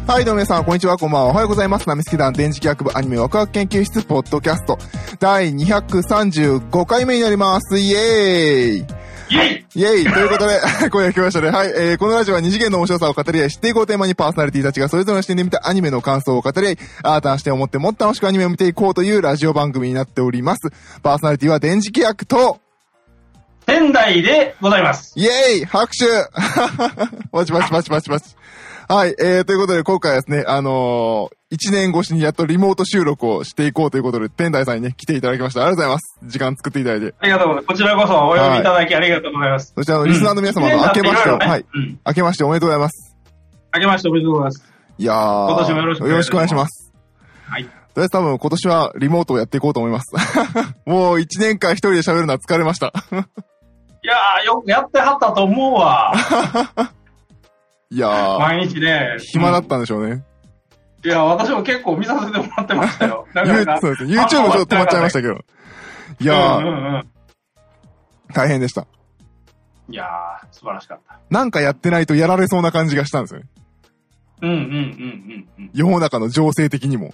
はい、どうも皆さん、こんにちは、こんばんは。おはようございます。ナミスケ団電磁気学部アニメワクワク研究室ポッドキャスト第235回目になります。イエーイイェイイェイということで、今夜来ましたね。はい、このラジオは二次元の面白さを語り合い、知っていこうテーマにパーソナリティたちがそれぞれの視点で見たアニメの感想を語り合い、新たな視点を持ってもっと楽しくアニメを見ていこうというラジオ番組になっております。パーソナリティは電磁気学と、 仙台でございます。 イェーイ拍手パチパチパチパチパチ。はい、ということで今回はですね、1年越しにやっとリモート収録をしていこうということで、天台さんにね、来ていただきました。ありがとうございます。時間作っていただいて。 ありがとうございます。こちらこそお呼びいただきありがとうございます。 そしてリスナーの皆様も明けまして、はい、明けましておめでとうございます。 明けましておめでとうございます。 いやー、 今年もよろしくお願いします。はい。 とりあえず多分今年はリモートをやっていこうと思います。もう1年間一人で喋るのは疲れました。 いやー、よくやってはったと思うわ。 いやー、 毎日ね。 暇だったんでしょうね。 いや、私も結構見させてもらってましたよ。 そうですね。YouTube もちょっと止まっちゃいましたけど。いやー、大変でした。 いやー、素晴らしかった。 なんかやってないとやられそうな感じがしたんですよね。世の中の情勢的にも。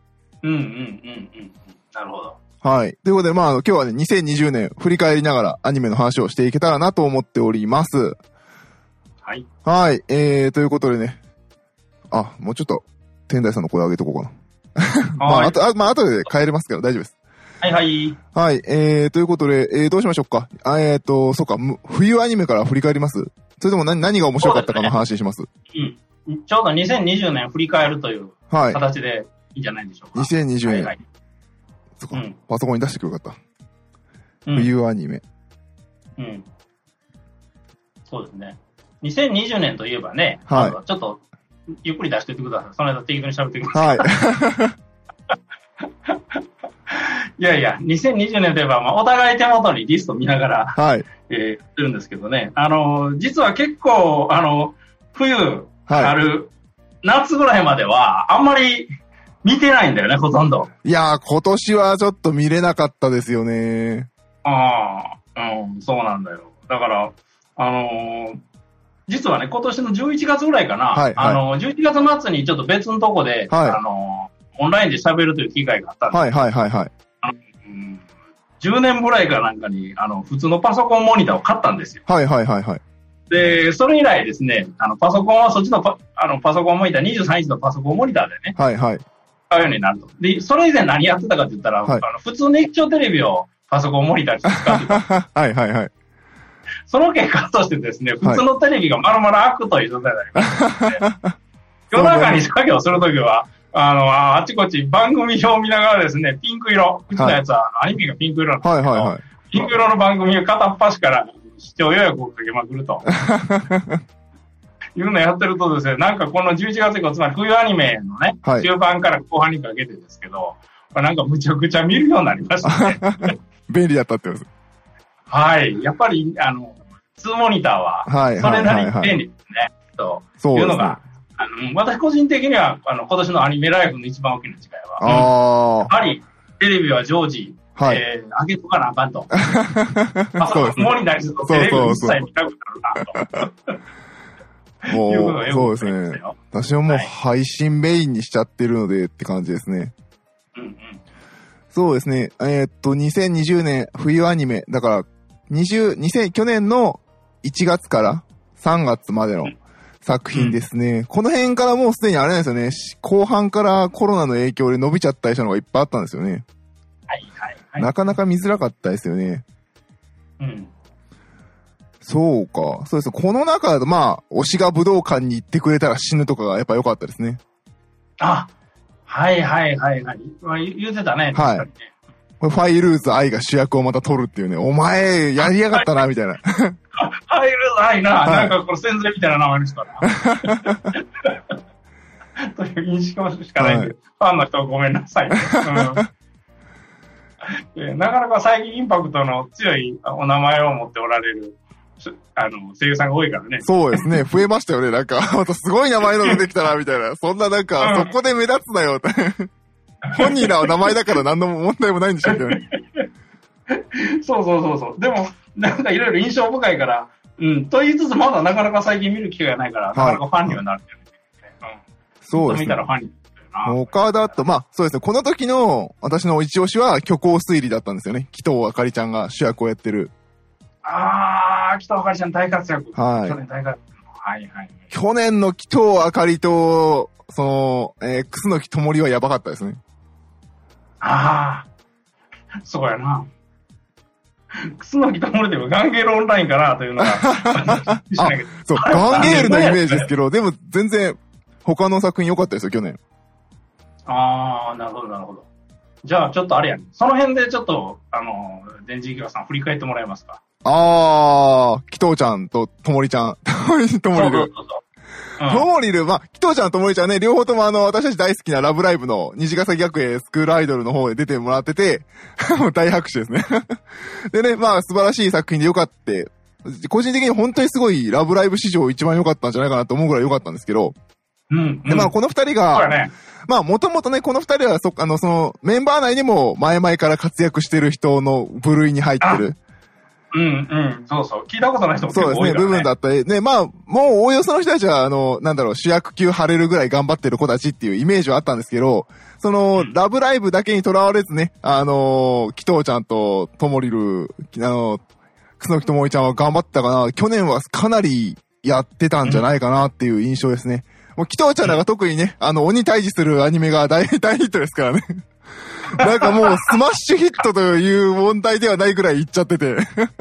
なるほど。 はい。ということで、今日はね、2020年振り返りながらアニメの話をしていけたらなと思っております。 はい。 はい。ということでね。もうちょっと、天台さんの声上げとこうかな。後で帰れますから大丈夫です。 はいはい。 はい。ということで、どうしましょうか。そうか、冬アニメから振り返ります？それとも何が面白かったかの話します？ うん。ちょうど2020年振り返るという形でいいんじゃないでしょうか。 2020年。 はい。 そっか、パソコンに出してくれよかった。冬アニメ。 そうですね。2020年といえばね、 はい。 ちょっと、ゆっくり出しておいてください。その間適当に喋ってください。 はい。 いやいや、2020年といえば、お互い手元にリスト見ながら、 はい。 やってるんですけどね。実は結構、冬、春、夏ぐらいまでは、あんまり見てないんだよね、ほとんど。 いやー、今年はちょっと見れなかったですよね。 そうなんだよ。だから、実はね、今年の11月ぐらいかな、11月末にちょっと別のとこで、オンラインで喋るという機会があったんです。 はい。 10年ぐらいかなんかに、普通のパソコンモニターを買ったんですよ。 はい。 で、それ以来ですね、パソコンはそっちのパソコンモニター、23インチのパソコンモニターでね、買うようになると。で、それ以前何やってたかって言ったら、普通の液晶テレビをパソコンモニターに使ってた。 はい。 その結果としてですね、普通のテレビが丸々開くという状態になりましたね。夜中に作業するときは、あちこち番組表を見ながらですね、ピンク色、うちのやつはアニメがピンク色なんですけど、ピンク色の番組を片っ端から視聴予約をかけまくると。いうのやってるとですね、なんかこの11月以降、つまり冬アニメのね、中盤から後半にかけてですけど、なんかむちゃくちゃ見るようになりましたね。 便利だったってことです。 はい。やっぱり、2モニターは、それなりに便利ですね。というのが、私個人的には、今年のアニメライフの一番大きな違いは、やはり、テレビは常時、上げとかなあかんと。モニターにするとテレビを一切見たくなるなと。 もう、そうですね。私はもう配信メインにしちゃってるのでって感じですね。そうですね。2020年冬アニメ、だから、去年の1月から3月までの作品ですね。この辺からもうすでにあれなんですよね。後半からコロナの影響で伸びちゃったりしたのがいっぱいあったんですよね。なかなか見づらかったですよね。そうか。そうです。この中だと推しが武道館に行ってくれたら死ぬとかがやっぱ良かったですね。 はい。言ってたね。確かにね。 ファイルーズ愛が主役をまた取るっていうね。お前、やりやがったな、みたいな。 ファイルーズ愛な。なんかこれ戦前みたいな名前の人だな。という認識しかないんで、ファンの人はごめんなさい。なかなか最近インパクトの強いお名前を持っておられる声優さんが多いからね。 そうですね。増えましたよね。なんか、またすごい名前の出てきたな、みたいな。そんななんか、そこで目立つなよ。本人らは名前だから何の問題もないんでしょうけどね。 そう。でも、なんかいろいろ印象深いから、と言いつつまだなかなか最近見る機会がないから、なかなかファンにはなるんだよね。 そうですね。 見たらファンになるな。 岡田と、まあ、そうですね。この時の私の一押しは虚構推理だったんですよね。紀藤あかりちゃんが主役をやってる。 紀藤あかりちゃん大活躍。 はい。 去年大活躍。はいはい。 去年の紀藤あかりと、楠木ともりはやばかったですね。 そうやな。楠木ともりでもガンゲールオンラインかなというのが。 そう、ガンゲールのイメージですけど、でも全然他の作品良かったですよ、去年。 なるほど、なるほど。じゃあ、ちょっとあれやね。その辺でちょっと、電磁岩さん振り返ってもらえますか。 紀藤ちゃんとともりちゃん。ともりる。ともりる、まあ、紀藤ちゃんともりちゃんね、両方とも私たち大好きなラブライブの虹ヶ崎学園スクールアイドルの方で出てもらってて、もう大拍手ですね。でね、まあ素晴らしい作品でよかった。個人的に本当にすごいラブライブ史上一番良かったんじゃないかなと思うぐらい良かったんですけど、で、まあこの二人が、まあもともとね、この二人はそのメンバー内でも前々から活躍してる人の部類に入ってる。 そうそう。聞いたことない人も結構多いからね。そうですね、 部分だったり。ね、まあ、もうおおよその人たちは、主役級張れるぐらい頑張ってる子たちっていうイメージはあったんですけど、ラブライブだけにとらわれずね、紀藤ちゃんとともりる、楠木ともりちゃんは頑張ったかな。去年はかなりやってたんじゃないかなっていう印象ですね。もう紀藤ちゃんらが特にね、鬼退治するアニメが大ヒットですからね。なんかもうスマッシュヒットという問題ではないぐらいいっちゃってて。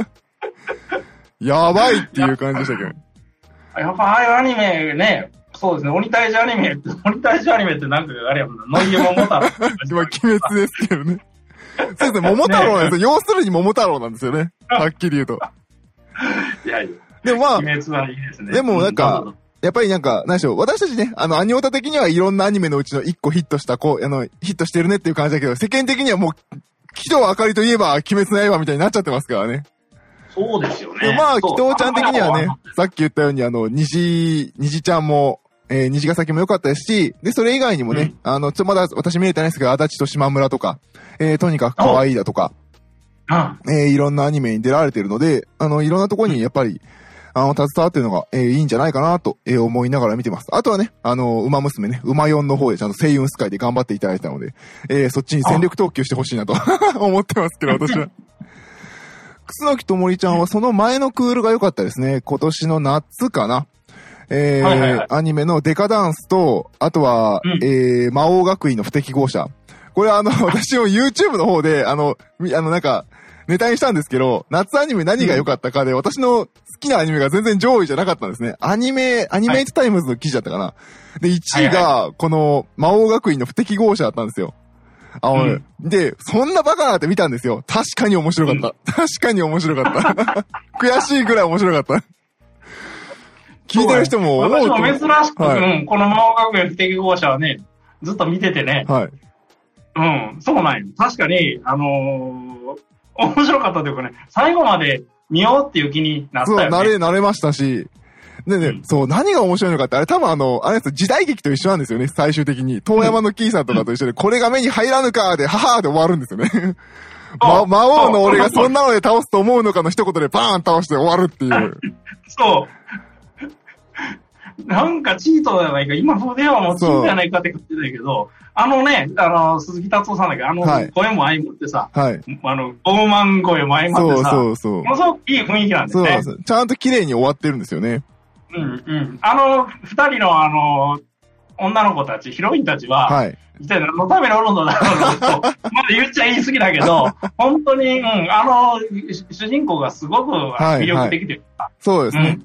やばいっていう感じでしたけど。 やっぱああいうアニメね、そうですね、鬼退治アニメってなんかあれやもんな、ノイエモモ太郎。 今、鬼滅ですけどね。そうですね、桃太郎なんですよ。要するに桃太郎なんですよね。はっきり言うと。 いやいや。 でもまあ、 鬼滅はいいですね。 でもなんか、やっぱりなんか、何でしょう、私たちね、アニオタ的にはいろんなアニメのうちの一個ヒットしたヒットしてるねっていう感じだけど、世間的にはもう、紀藤あかりといえば、鬼滅の刃みたいになっちゃってますからね。 そうですよね。 まあ、紀藤ちゃん的にはね、さっき言ったように虹ちゃんも、虹ヶ崎も良かったですし、で、それ以外にもね、まだ私見れてないですけど、足立と島村とか、とにかく可愛いだとか、いろんなアニメに出られてるので、いろんなところにやっぱり、携わってるのが、いいんじゃないかなと、思いながら見てます。あとはね、馬娘ね、馬4の方でちゃんと声優スカイで頑張っていただいたので、そっちに戦力投球してほしいなと思ってますけど、私は。楠木ともりちゃんはその前のクールが良かったですね。今年の夏かな。アニメのデカダンスと、あとは、魔王学院の不適合者。これ私も YouTube の方で、なんか、ネタにしたんですけど、夏アニメ何が良かったかで、私の好きなアニメが全然上位じゃなかったんですね。アニメイトタイムズの記事だったかな。で、1位が、この、魔王学院の不適合者だったんですよ。で、そんなバカなって見たんですよ。確かに面白かった。確かに面白かった。悔しいぐらい面白かった。聞いてる人も思うと。 私も珍しく、この魔王学園不適合者はね、ずっと見ててね。そうなんよ。確かに、面白かったというかね、最後まで見ようっていう気になったよね。 そう、慣れましたし。でね、そう、何が面白いのかって、あれ多分あれです、時代劇と一緒なんですよね、最終的に。遠山のキーさんとかと一緒で、これが目に入らぬかで、ははーで終わるんですよね。魔王の俺がそんなので倒すと思うのかの一言でバーン倒して終わるっていう。 そう。なんかチートじゃないか、今風ではもうチートじゃないかって言ってたけど、鈴木達夫さんだけど、声も相まってさ、傲慢声も相まってさ、ものすごくいい雰囲気なんですね。 ちゃんと綺麗に終わってるんですよね。 二人の女の子たち、ヒロインたちは、一体何のためにおるのだろうと、まだ言っちゃ言い過ぎだけど、本当に、主人公がすごく魅力的というか、 そうですね。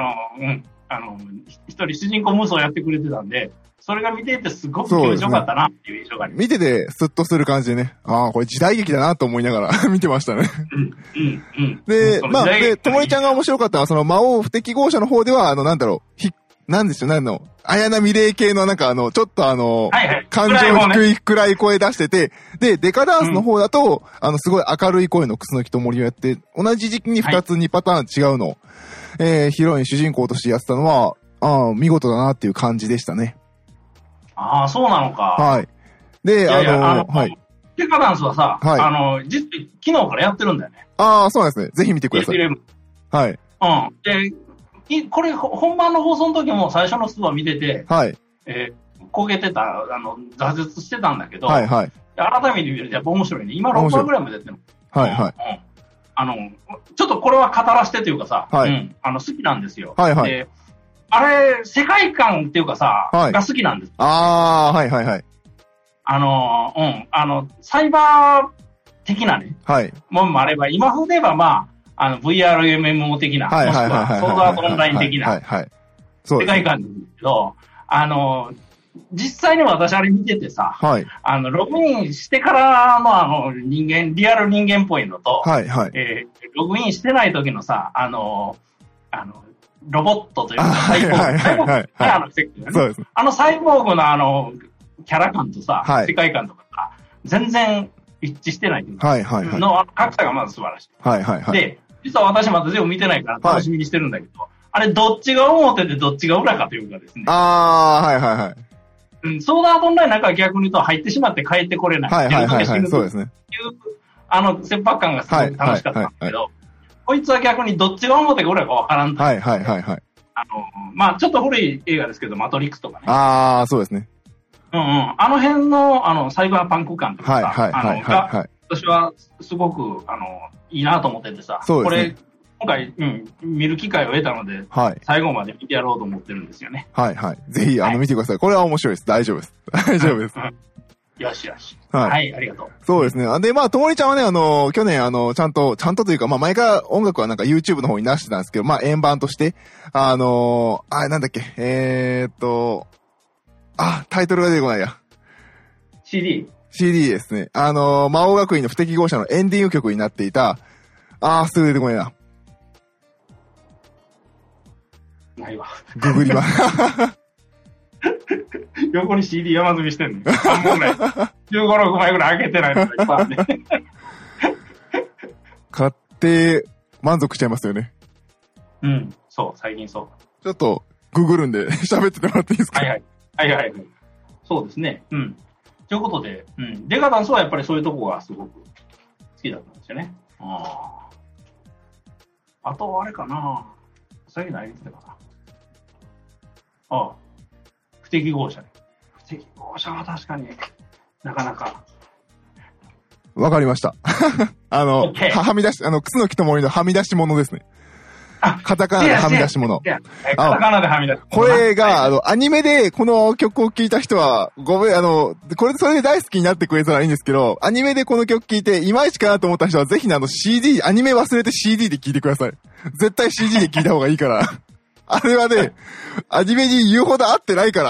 一人主人公無双やってくれてたんで、それが見ていてすごく気持ちよかったなっていう印象があります。 見ててスッとする感じでね、これ時代劇だなと思いながら見てましたね。で、ともりちゃんが面白かったのは、その魔王不適合者の方では、なんでしょう、綾波レイ系のちょっと感情低い暗い声出してて、で、デカダンスの方だと、すごい明るい声の楠木ともりをやって、同じ時期に2パターン違うのを、ヒロイン主人公としてやってたのは、見事だなっていう感じでしたね。 そうなのか。 はい。で、 デカダンスはさ、実は昨日からやってるんだよね。 そうなんですね。ぜひ見てください。はい。 で、これ、本番の放送の時も最初の数話見てて、 焦げてた、挫折してたんだけど、 はいはい。 改めて見るとやっぱ面白いね。今6話ぐらいまで出てるの。 はいはい。 ちょっとこれは語らせてというかさ、 はい、 好きなんですよ。 はいはい。 で、あれ、世界観っていうかさ、 はい、 が好きなんです。 はいはいはい。 サイバー的なね、 はい。 もんもあれば、今風で言えばまあ、VRMMO 的な、 はいはいはいはい。 ソードアートオンライン的な、 はいはい。そう世界観なんですけど、実際に私あれ見ててさ、 はい。 ログインしてからのリアル人間っぽいのと、 はいはい。 ログインしてない時のさ、ロボットというか、サイボーグ。サイボーグね、 そうです。 サイボーグのキャラ感とさ、 はい、 世界観とかが全然一致してないというか、 はいはいはい。 の格差がまず素晴らしい。 はいはいはい。 で、実は私まだ全部見てないから楽しみにしてるんだけど、あれどっちが表でどっちが裏かというかですね。 はいはいはい。 ソードアートオンラインなんか逆に言うと入ってしまって帰ってこれない。 はいはいはい、はい。そうですね。 切迫感がすごく楽しかったんだけど、こいつは逆にどっちが表か裏かわからんと。 はいはいはいはい。 まあちょっと古い映画ですけど、マトリックスとかね。 そうですね。 うんうん。あの辺の、サイバーパンク感とか、 はいはいはいはい。 私はすごく、いいなと思っててさ、 そうですね。 これ、今回、見る機会を得たので、はい、最後まで見てやろうと思ってるんですよね。 はいはい。ぜひ、見てください。これは面白いです。大丈夫です。大丈夫です。 よしよし。はい、ありがとう。 そうですね。で、まあ、ともりちゃんはね、去年、ちゃんとというか、まあ、前から音楽はなんか YouTube の方に出してたんですけど、まあ、円盤として、なんだっけ、タイトルが出てこないや。 CD ですね。魔王学院の不適合者のエンディング曲になっていた、すぐ出てこないな。 ないわ。 ググります。 横に CD 山積みしてんの。3本ぐらい。15、6枚ぐらい開けてないのがいっぱいあるね。 買って満足しちゃいますよね。 うん、そう、最近そう。 ちょっと、ググるんで喋っててもらっていいですか？ はいはい。そうですね。うん。ということで、デカダンスはやっぱりそういうとこがすごく好きだったんですよね。あと、あれかな。最近何言ってたかな。不適合者ね。不適合者は確かになかなか。 わかりました。はみ出し、楠木智のはみ出し物ですね。カタカナではみ出し物。 カタカナではみ出し物。 これが、アニメでこの曲を聴いた人は、ごめん、それで大好きになってくれたらいいんですけど、アニメでこの曲聴いて、いまいちかなと思った人は、ぜひCD、アニメ忘れて CD で聴いてください。絶対 CD で聴いた方がいいから。あれはね、アニメに言うほど合ってないから。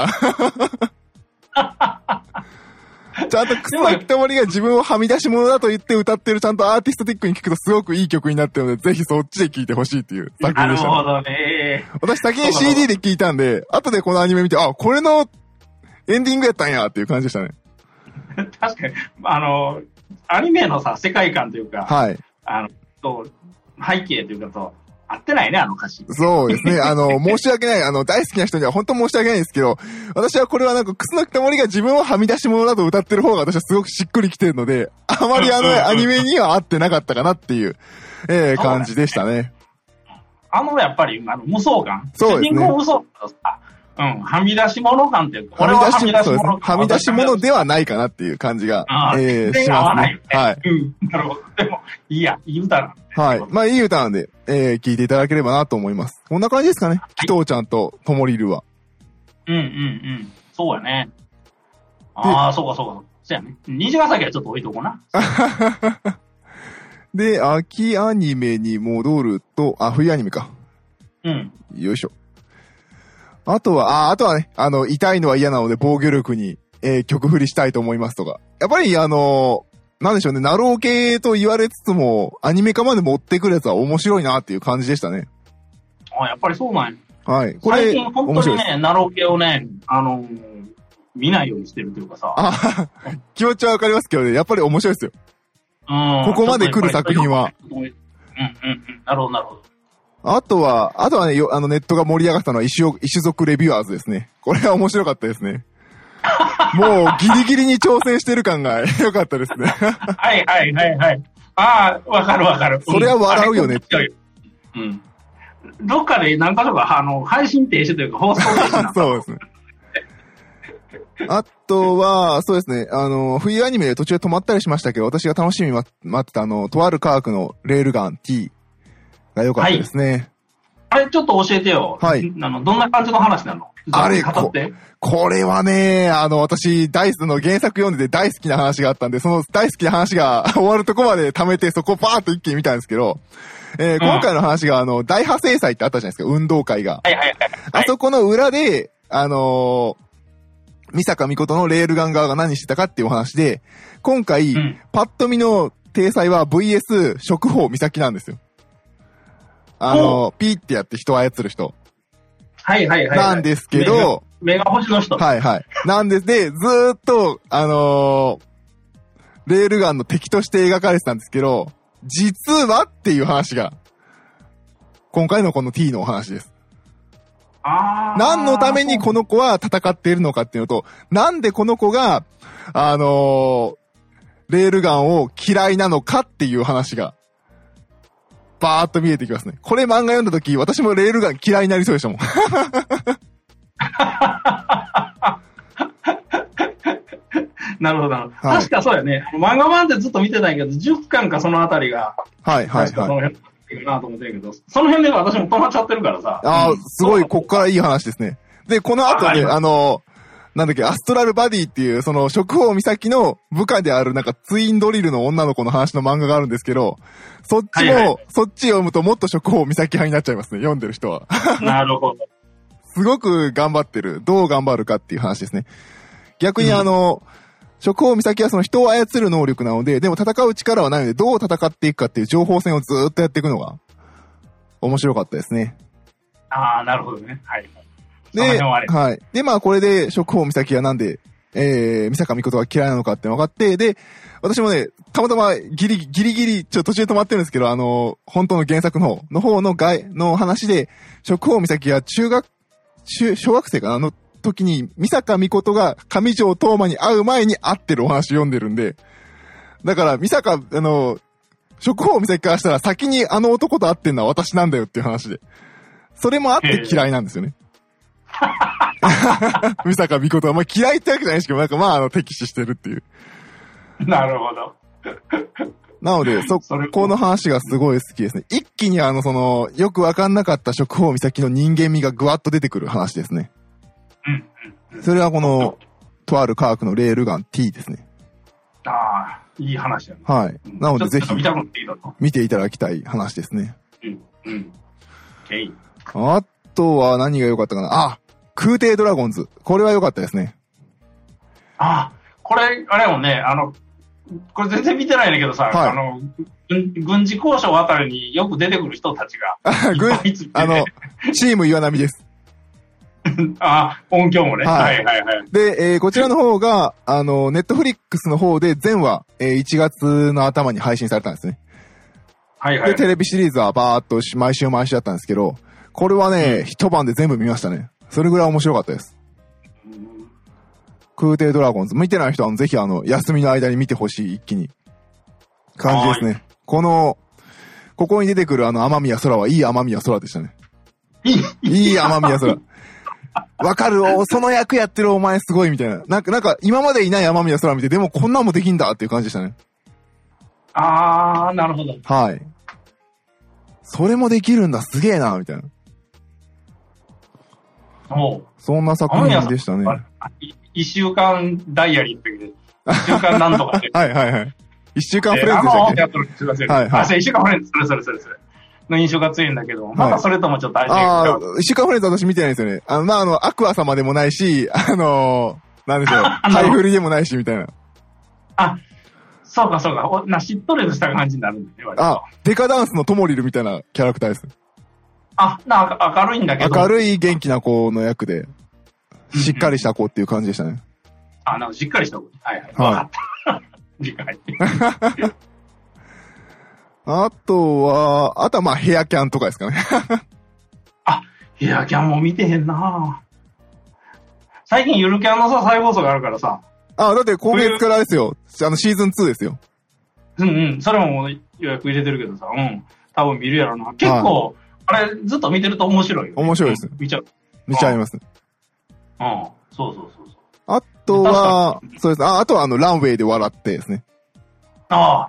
ちゃんと楠木智が自分をはみ出し物だと言って歌ってるちゃんとアーティストティックに聞くとすごくいい曲になってるので、ぜひそっちで聴いてほしいっていう作品でした、ね。 なるほどね。 私先に CD で聴いたんで、後でこのアニメ見て、これのエンディングやったんやっていう感じでしたね。 確かに、アニメのさ、世界観というか、 はい。 背景というかと、合ってないね、歌詞。 そうですね。申し訳ない。大好きな人には本当申し訳ないんですけど、私はこれは楠木智が自分をはみ出し物だと歌ってる方が私はすごくしっくりきてるので、あまりアニメには合ってなかったかなっていう、感じでしたね。 やっぱり、無双感。 そうですね。 無双感。はみ出し物感っていうか、 はみ出し物ではないかなっていう感じが、しますね。はい。 なるほど。でも、いい歌なんで。 はい。まあ、いい歌なんで、聴いていただければなと思います。こんな感じですかね。紀藤ちゃんとともりるは。 そうやね。そうか。そうやね。虹ヶ崎はちょっと置いとこうな。 で、秋アニメに戻ると、冬アニメか。よいしょ。あとはね、痛いのは嫌なので防御力に、曲振りしたいと思いますとか。やっぱりなんでしょうね、ナロー系と言われつつも、アニメ化まで持ってくるやつは面白いなっていう感じでしたね。 やっぱりそうなんや。 はい。 これ、最近本当にね、ナロー系をね、見ないようにしてるというかさ。 気持ちはわかりますけどね、やっぱり面白いですよ。ここまで来る作品は。 なるほど。 あとはね、ネットが盛り上がったのは異種族レビュアーズですね。これは面白かったですね。もうギリギリに挑戦してる感が良かったですね。 はい。わかる。 それは笑うよねって。 どっかで何かとか配信停止というか放送停止なそうですね。 あとは、そうですね、冬アニメで途中で止まったりしましたけど、私が楽しみに待ってたとある科学のレールガン T が良かったですね。 あれ、ちょっと教えてよ。はい。どんな感じの話なの？ あれ、これはね、私、ダイスの原作読んでて大好きな話があったんで、その大好きな話が終わるとこまで貯めて、そこをバーッと一気に見たんですけど、今回の話が、大破制祭ってあったじゃないですか、運動会が。 はいはいはい。 あそこの裏で、三坂美琴のレールガン側が何してたかっていうお話で、今回、パッと見の体裁は VS 食法美咲なんですよ。ピーってやって人を操る人。 はいはいはい。 なんですけど、 目が星の人。 はいはい。なんですで、ずーっと、レールガンの敵として描かれてたんですけど、実はっていう話が、今回のこの T のお話です。何のためにこの子は戦っているのかっていうのと、なんでこの子が、レールガンを嫌いなのかっていう話が、バーっと見えてきますね。これ漫画読んだ時、私もレールガン嫌いになりそうでしたもん。 なるほど。はい、確かそうやね。漫画版ってずっと見てたんやけど、10巻かそのあたりが。 はいはいはい。 その辺なと思ってるけど、その辺で私も止まっちゃってるからさ。 すごい、こっからいい話ですね。で、この後で、なんだっけ、アストラルバディっていう、その、食法美咲の部下である、なんか、ツインドリルの女の子の話の漫画があるんですけど、そっちも、はいはい、そっち読むともっと食法美咲派になっちゃいますね、読んでる人は。 なるほど。 すごく頑張ってる。どう頑張るかっていう話ですね。逆に食法美咲はその人を操る能力なので、でも戦う力はないので、どう戦っていくかっていう情報戦をずーっとやっていくのが、面白かったですね。 なるほどね。はい。 で、はい。で、まあ、これで、食法美咲はなんで、三坂美琴が嫌いなのかって分かって、で、私もね、たまたまギリギリ、途中で止まってるんですけど、本当の原作の方の話で、食法美咲は小学生かなの時に、三坂美琴が上条東馬に会う前に会ってるお話読んでるんで、だから、食法美咲からしたら先にあの男と会ってんのは私なんだよっていう話で。それもあって嫌いなんですよね。三坂美琴は、まあ、嫌いってわけじゃないですけど、なんかまあ、敵視してるっていう。 なるほど。 なので、この話がすごい好きですね。一気によくわかんなかった食法美咲の人間味がぐわっと出てくる話ですね。それはこの、とある科学のレールガン T ですね。 いい話だね。 はい。なので、ぜひ、見ていただきたい話ですね。あとは何が良かったかな。空挺ドラゴンズ。これは良かったですね。 これ、あれもね、これ全然見てないんだけどさ、はい、軍事交渉あたりによく出てくる人たちがチーム岩波です。 音響もね。はいはいはい。 で、こちらの方が、ネットフリックスの方で全話、1月の頭に配信されたんですね。 はいはい。 で、テレビシリーズはバーっと毎週だったんですけど、これはね、一晩で全部見ましたね。それぐらい面白かったです。空挺ドラゴンズ。見てない人はぜひ休みの間に見てほしい一気に。感じですね。ここに出てくる天宮空はいい天宮空でしたね。いい天宮空。わかるその役やってるお前すごいみたいな。なんか今までいない天宮空見て、でもこんなんもできんだっていう感じでしたね。 なるほど。 はい。それもできるんだ、すげえな、みたいな。そんな作品でしたね。 一週間ダイアリーって言うけど、一週間なんとかって。 はいはいはい。一週間フレンズでしたっけ？ はいはい。一週間フレンズ、それ。の印象が強いんだけど、まだそれともちょっとあれだけど。 一週間フレンズ私見てないんですよね。アクア様でもないし、なんでしょう、ハイフリでもないし、みたいな。 そうか。しっとりとした感じになるんだね、 デカダンスのトモリルみたいなキャラクターです。 明るいんだけど。 明るい元気な子の役で、しっかりした子っていう感じでしたね。 なんかしっかりした子。はいはい。わかった。理解。 あとはまあヘアキャンとかですかね。 ヘアキャンも見てへんな最近ゆるキャンのさ、再放送があるからさ。 だって今月からですよ。シーズン2ですよ。 それももう予約入れてるけどさ、多分見るやろな。結構、あれずっと見てると面白いよ、ね。 面白いです。 見ちゃいます。 そう。 あとは、そうです。あとはランウェイで笑ってですね。 ああ。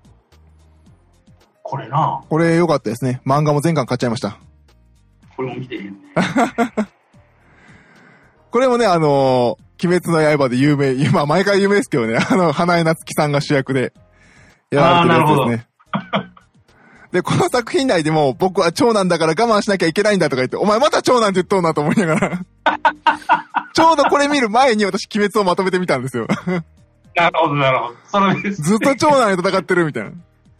これな。 これ良かったですね。漫画も全巻買っちゃいました。 これも見てへんね。 これもね、鬼滅の刃で有名、今、毎回有名ですけどね、花江夏樹さんが主役でやられてるやつですね。で、この作品内でも、僕は長男だから我慢しなきゃいけないんだとか言って、お前また長男って言っとうなと思いながら。ちょうどこれ見る前に私、鬼滅をまとめてみたんですよ。 なるほど、なるほど。それです、ね。 ずっと長男で戦ってるみたいな。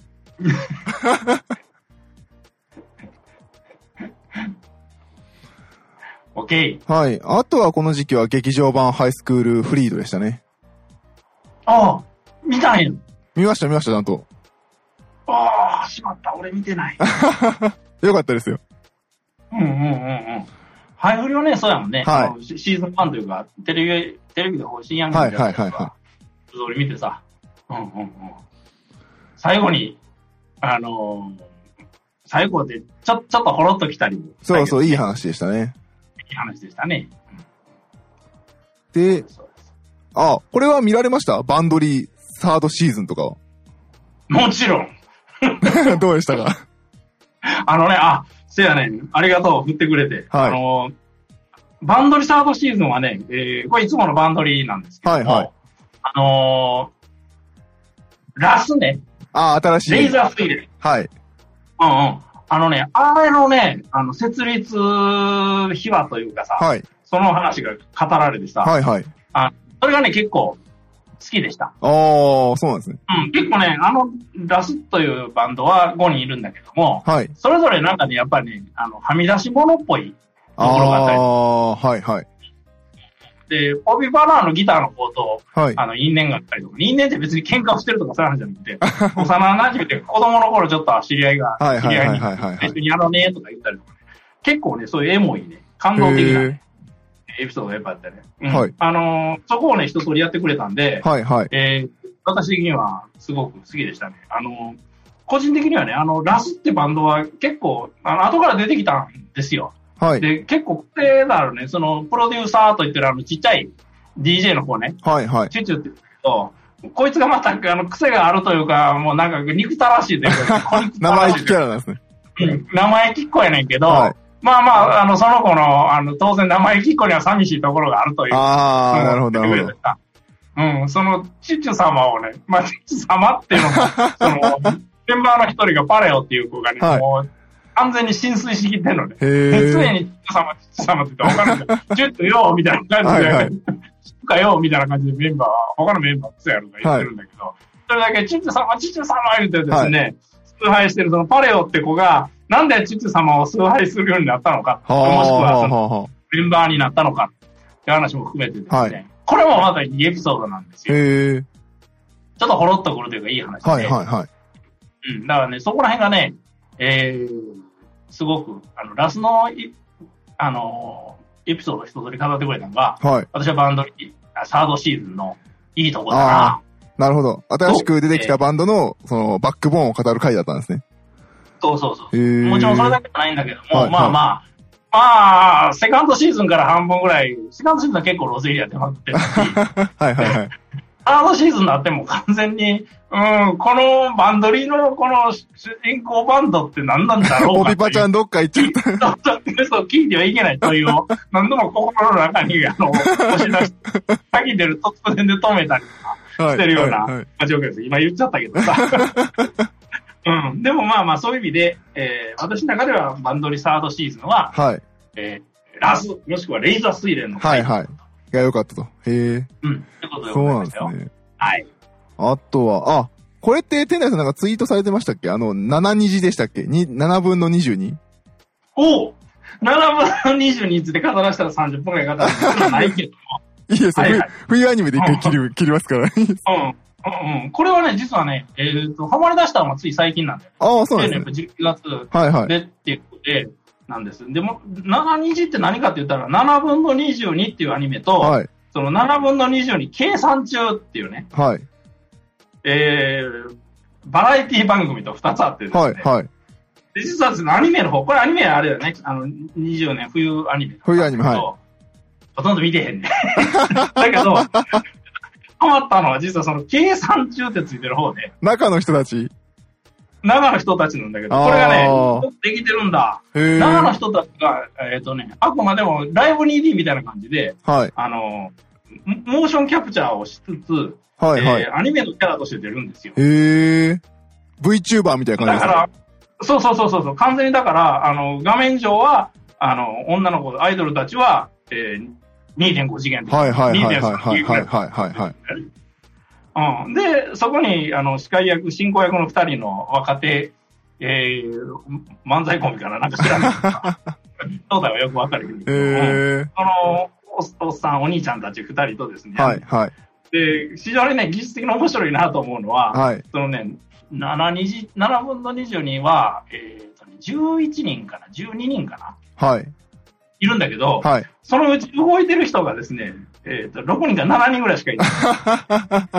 オッケー。はい。あとはこの時期は劇場版ハイスクールフリードでしたね。 ああ、見たんや。 見ました、ちゃんと。 ああ、しまった。俺見てない。 よかったですよ。 ハイフリはね、そうやもんね。 はい。 シーズン1というか、テレビで深夜に見たやつは、俺見てさ。最後に、最後でちょっとほろっと来たりも、ね。 そうそう、いい話でしたね。 いい話でしたね。 で、これは見られました？バンドリーサードシーズンとかは。 もちろん。 どうでしたか？ せやねん。ありがとう、振ってくれて。 はい。 バンドリサードシーズンはね、これいつものバンドリなんですけども、ラスね。 新しい。 レイザースイレン。 はい。 あれのね、設立秘話というかさ、 はい。 その話が語られてさ、 はいはい。 それがね、結構好きでした。 そうなんですね。 結構ね、ラスというバンドは5人いるんだけども、 はい。 それぞれなんかね、やっぱりね、はみ出し物っぽいところがあったり。 はいはい。 で、ポビー・バナーのギターの子と、 はい、 因縁があったりとか、因縁って別に喧嘩をしてるとかそういう話じゃなくて、幼馴染で子供の頃ちょっと知り合いが、知り合いに一緒にやろうねとか言ったりとかね、結構ね、そういうエモいね、感動的なね、エピソードがやっぱあってね。はい。そこをね、一通りやってくれたんで、 はいはい。 私的にはすごく好きでしたね。個人的にはね、ラスってバンドは結構、後から出てきたんですよ。 はい。 で、結構、癖があるね、プロデューサーと言ってるちっちゃい DJ の方ね。 はいはい。 チュチュって言うと、こいつがまた、癖があるというか、もうなんか憎たらしいというか、 生意気キャラなんですね。 生意気っ子やねんけど、はい、まあ、その子の、当然生意気っ子には寂しいところがあるという。 なるほど、なるほど。その、チュチュ様をね、チュチュ様っていうのも、メンバーの一人がパレオっていう子がね、はい、もう、完全に浸水しきってんのね。常にチュチュ様って言って他の人、チュッとよみたいな感じで、はいはい、チュッかよみたいな感じで他のメンバークソやるとか言ってるんだけど、はい、それだけチュッチュ様言ってですね、はい、崇拝してるそのパレオって子が、なんでチュッチュ様を崇拝するようになったのか、もしくはメンバーになったのかって話も含めてですね、はい、これもまたいいエピソードなんですよ。ちょっとほろっとくるというかいい話で。 はいはいはい。 だからね、そこら辺がね、すごく、ラスの、エピソードを一通り語ってくれたのが、はい、私はバンドサードシーズンのいいとこだな。 なるほど。新しく出てきたバンドの、バックボーンを語る回だったんですね。 そう。もちろんそれだけじゃないんだけども、はい、まあ、セカンドシーズンから半分ぐらい、セカンドシーズンは結構ロゼリア出まくってるし、 はいはいはい。 サードシーズンになっても完全に、このバンドリーのこの主人公バンドって何なんだろうか。 ポピパちゃんどっか行っちゃった。 そう聞いてはいけない問いを、何度も心の中に押し出して、先出る突然で止めたりとかしてるような状況です。今言っちゃったけどさ。でもまあそういう意味で、私の中ではバンドリーサードシーズンは、はい、ラス、もしくはレイザー水蓮の回。 はいはい。が良かったと。へえ。 ってことでございましたよ。そうなんですね。はい。 あとは、これって天台さんなんかツイートされてましたっけ7虹でしたっけ ?7 分の 22? おう !7 分の22について語らせたら30分くらい語らせたらないけども。 いいですよ。冬アニメで一回切りますから。 これはね、実はね、ハマり出したのはつい最近なんだよ。 そうなんですね。 11月でっていうことで、なんです。でも、7虹って何かって言ったら、7分の22っていうアニメと、はい、その7分の22計算中っていうね、 はい。 バラエティ番組と2つあってですね、はい、はい。で、実はですね、アニメの方、これアニメあれだよね、20年冬アニメ。 冬アニメ、はい。 ほとんど見てへんね。だけど、ハマったのは実はその計算中ってついてる方で。 中の人たちなんだけど、これがね、できてるんだ。中の人たちが、あくまでもライブ 2D みたいな感じで、 はい。 モーションキャプチャーをしつつ、 はいはい。 アニメのキャラとして出るんですよ。 VTuber みたいな感じですか？ だから、そう。完全にだから、画面上は、女の子、アイドルたちは、2.5 次元。 はい。 うん。で、そこに、進行役の2人の若手、漫才コンビかななんか知らないけど、そうだよ、よくわかるけど。おっさん、お兄ちゃんたち2人とですね。 はい。 で、非常にね、技術的に面白いなと思うのは、 はい。 そのね、7分の22は、11人かな ?12 人かなはい。 いるんだけど、 はい。 そのうち動いてる人がですね、6人か7人ぐらいしかいない。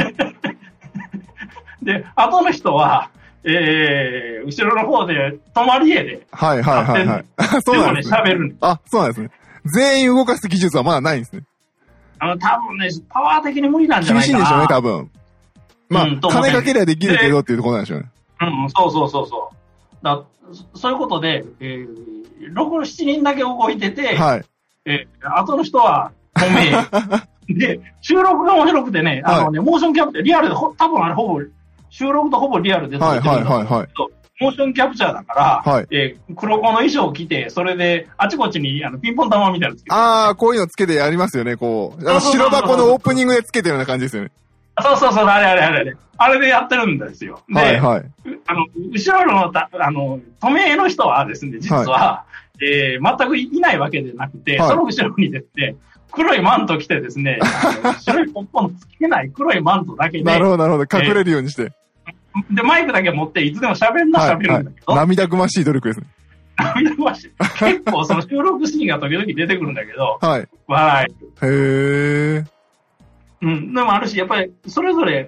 で、後の人は、後ろの方で、泊まり家で。 はい。そうなんですね。 喋る。 あ、そうなんですね。全員動かす技術はまだないんですね。 多分ね、パワー的に無理なんじゃないかな。 厳しいんでしょうね、多分。まあ、金かけりゃできるけどっていうところなんでしょうね。 そう。そういうことで、6、7人だけ動いてて、 はい。 後の人は透明。で、収録が面白くてね、モーションキャプチャー、リアルで、多分ほぼ、収録とほぼリアルで撮ってるんだけど、モーションキャプチャーだから、黒子の衣装を着て、それで、あちこちにピンポン玉みたいなのつけて。 こういうのつけてやりますよね、こう。白箱のオープニングでつけてるような感じですよね。 そう、あれでやってるんですよ。で、後ろの、透明の人はですね、実は、全くいないわけでなくて、その後ろにですね、黒いマント着てですね、白いポンポンつけない黒いマントだけで。 なるほど、隠れるようにして。 で、マイクだけ持って、いつでも喋るんだけど。 涙ぐましい努力ですね。 涙ぐましい。結構その収録シーンが時々出てくるんだけど、笑える。 でもあるし、やっぱり、それぞれ、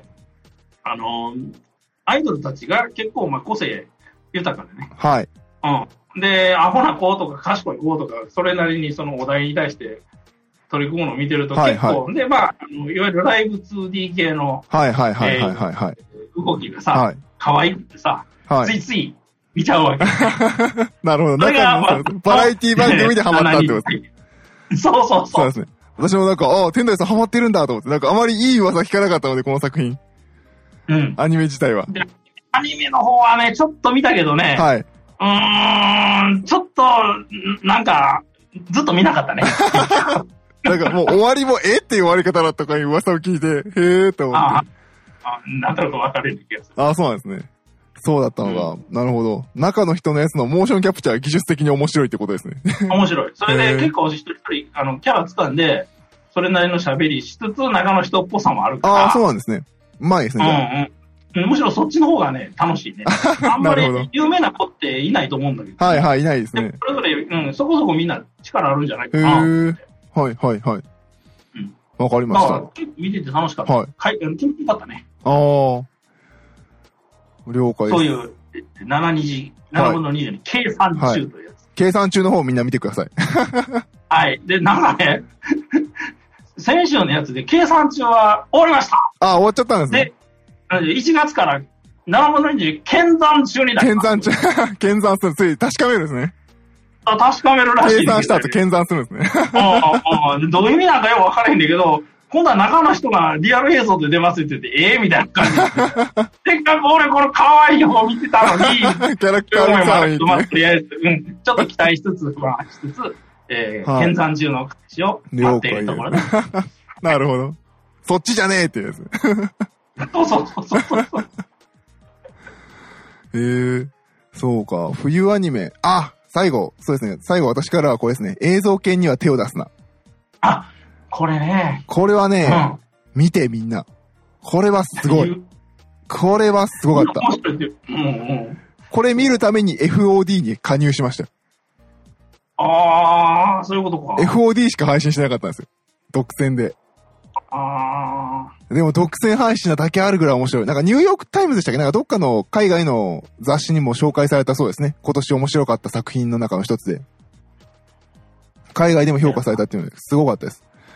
アイドルたちが結構、個性豊かでね。 はい。 で、アホな子とか賢い子とか、それなりにそのお題に対して取り組むのを見てると結構、で、いわゆるライブ 2D 系の、動きがさ、可愛くてさ、ついつい見ちゃうわけ。 なるほど。バラエティ番組でハマったってことです。そうですね。私も天童さんハマってるんだと思って、あまりいい噂聞かなかったので、この作品。アニメ自体は。 アニメの方はね、ちょっと見たけどね。 はい。 ちょっと、ずっと見なかったね。 もう終わりも、っていう終わり方だったかいう噂を聞いて、へーって思って。 なんとなく分かれる気がする。 そうなんですね。そうだったのが、なるほど。中の人のやつのモーションキャプチャー技術的に面白いってことですね。 面白い。それで結構一人一人、キャラつかんで、それなりの喋りしつつ、中の人っぽさもあるから。 そうなんですね。うまいですね。 むしろそっちの方がね、楽しいね。あんまり有名な子っていないと思うんだけど。 いないですね。 それぞれ、そこそこみんな力あるんじゃないかな。 はい。わかりました。 見てて楽しかった。気持ちよかったね。 了解です。 そういう7分の20に計算中というやつ。 計算中の方をみんな見てください。 はい。で、ね、先週のやつで計算中は終わりました。 終わっちゃったんですね。 で、1月から7分の20検算中になります。 検算する。つい確かめるんですね。 確かめるらしい。 計算した後検算するんですね。 どういう意味なんかよくわからへんだけど、今度は中の人がリアル映像で出ますって言って、みたいな感じで。せっかく俺この可愛い方見てたのに、 キャラクターとりあえず、ちょっと期待しつつ、不安しつつ、検算中の開始を待っているところです。 なるほど。そっちじゃねえっていうやつ。 そう。 そうか。冬アニメ。最後、そうですね。最後私からはこれですね。映像系には手を出すな。 これね。 これはね、見てみんな。これはすごい。これはすごかった。これ見るために FOD に加入しました。 そういうことか。 FOD しか配信しなかったんですよ。独占で。でも独占配信なだけあるぐらい面白い。ニューヨークタイムズでしたっけどっかの海外の雑誌にも紹介されたそうですね。今年面白かった作品の中の一つで。海外でも評価されたっていうのですごかったです。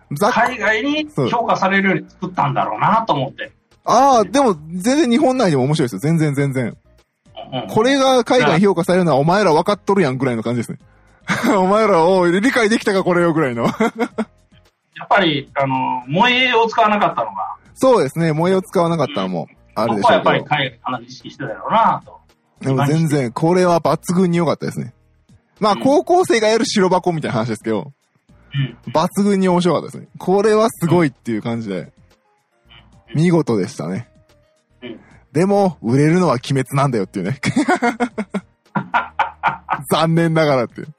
海外に評価されるように作ったんだろうなと思って。 ああ、でも全然日本内でも面白いですよ。全然。これが海外に評価されるのはお前ら分かっとるやんぐらいの感じですね。お前らを理解できたかこれよぐらいの。やっぱり、萌えを使わなかったのが。 そうですね。萌えを使わなかったのもあるでしょうけど。ここはやっぱり海外かなり意識してたよなと。 でも全然、これは抜群に良かったですね。まあ、高校生がやる白箱みたいな話ですけど、抜群に面白かったですね。これはすごいっていう感じで、見事でしたね。でも、売れるのは鬼滅なんだよっていうね。残念ながらっていう。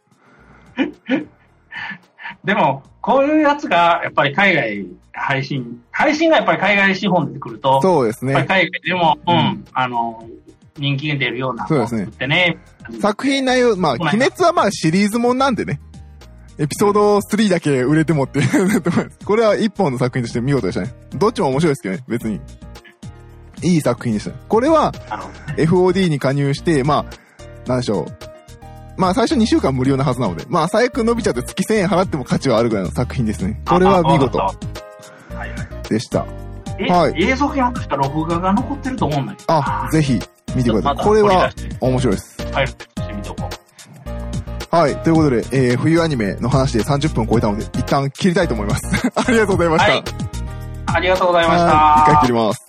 でも、こういうやつが、やっぱり海外配信がやっぱり海外資本出てくると、 そうですね。 やっぱり海外でも、人気が出るような、 そうですね。作品内容、まあ、鬼滅はまあシリーズもんなんでね。エピソード3だけ売れてもっていうこれは一本の作品として見事でしたね。どっちも面白いですけどね、別に。いい作品でした。これは、FOD に加入して、まあ、なんでしょう。まあ最初2週間無料なはずなので、まあ最悪伸びちゃって月1000円払っても価値はあるぐらいの作品ですね。これは見事でした。 はい。映像編とした録画が残ってると思うんだけど。 あ、ぜひ見てください。これは面白いです。 はい。してみておこう。はい。ということで、冬アニメの話で30分超えたので、一旦切りたいと思います。ありがとうございました。はい。 ありがとうございました。 一回切ります。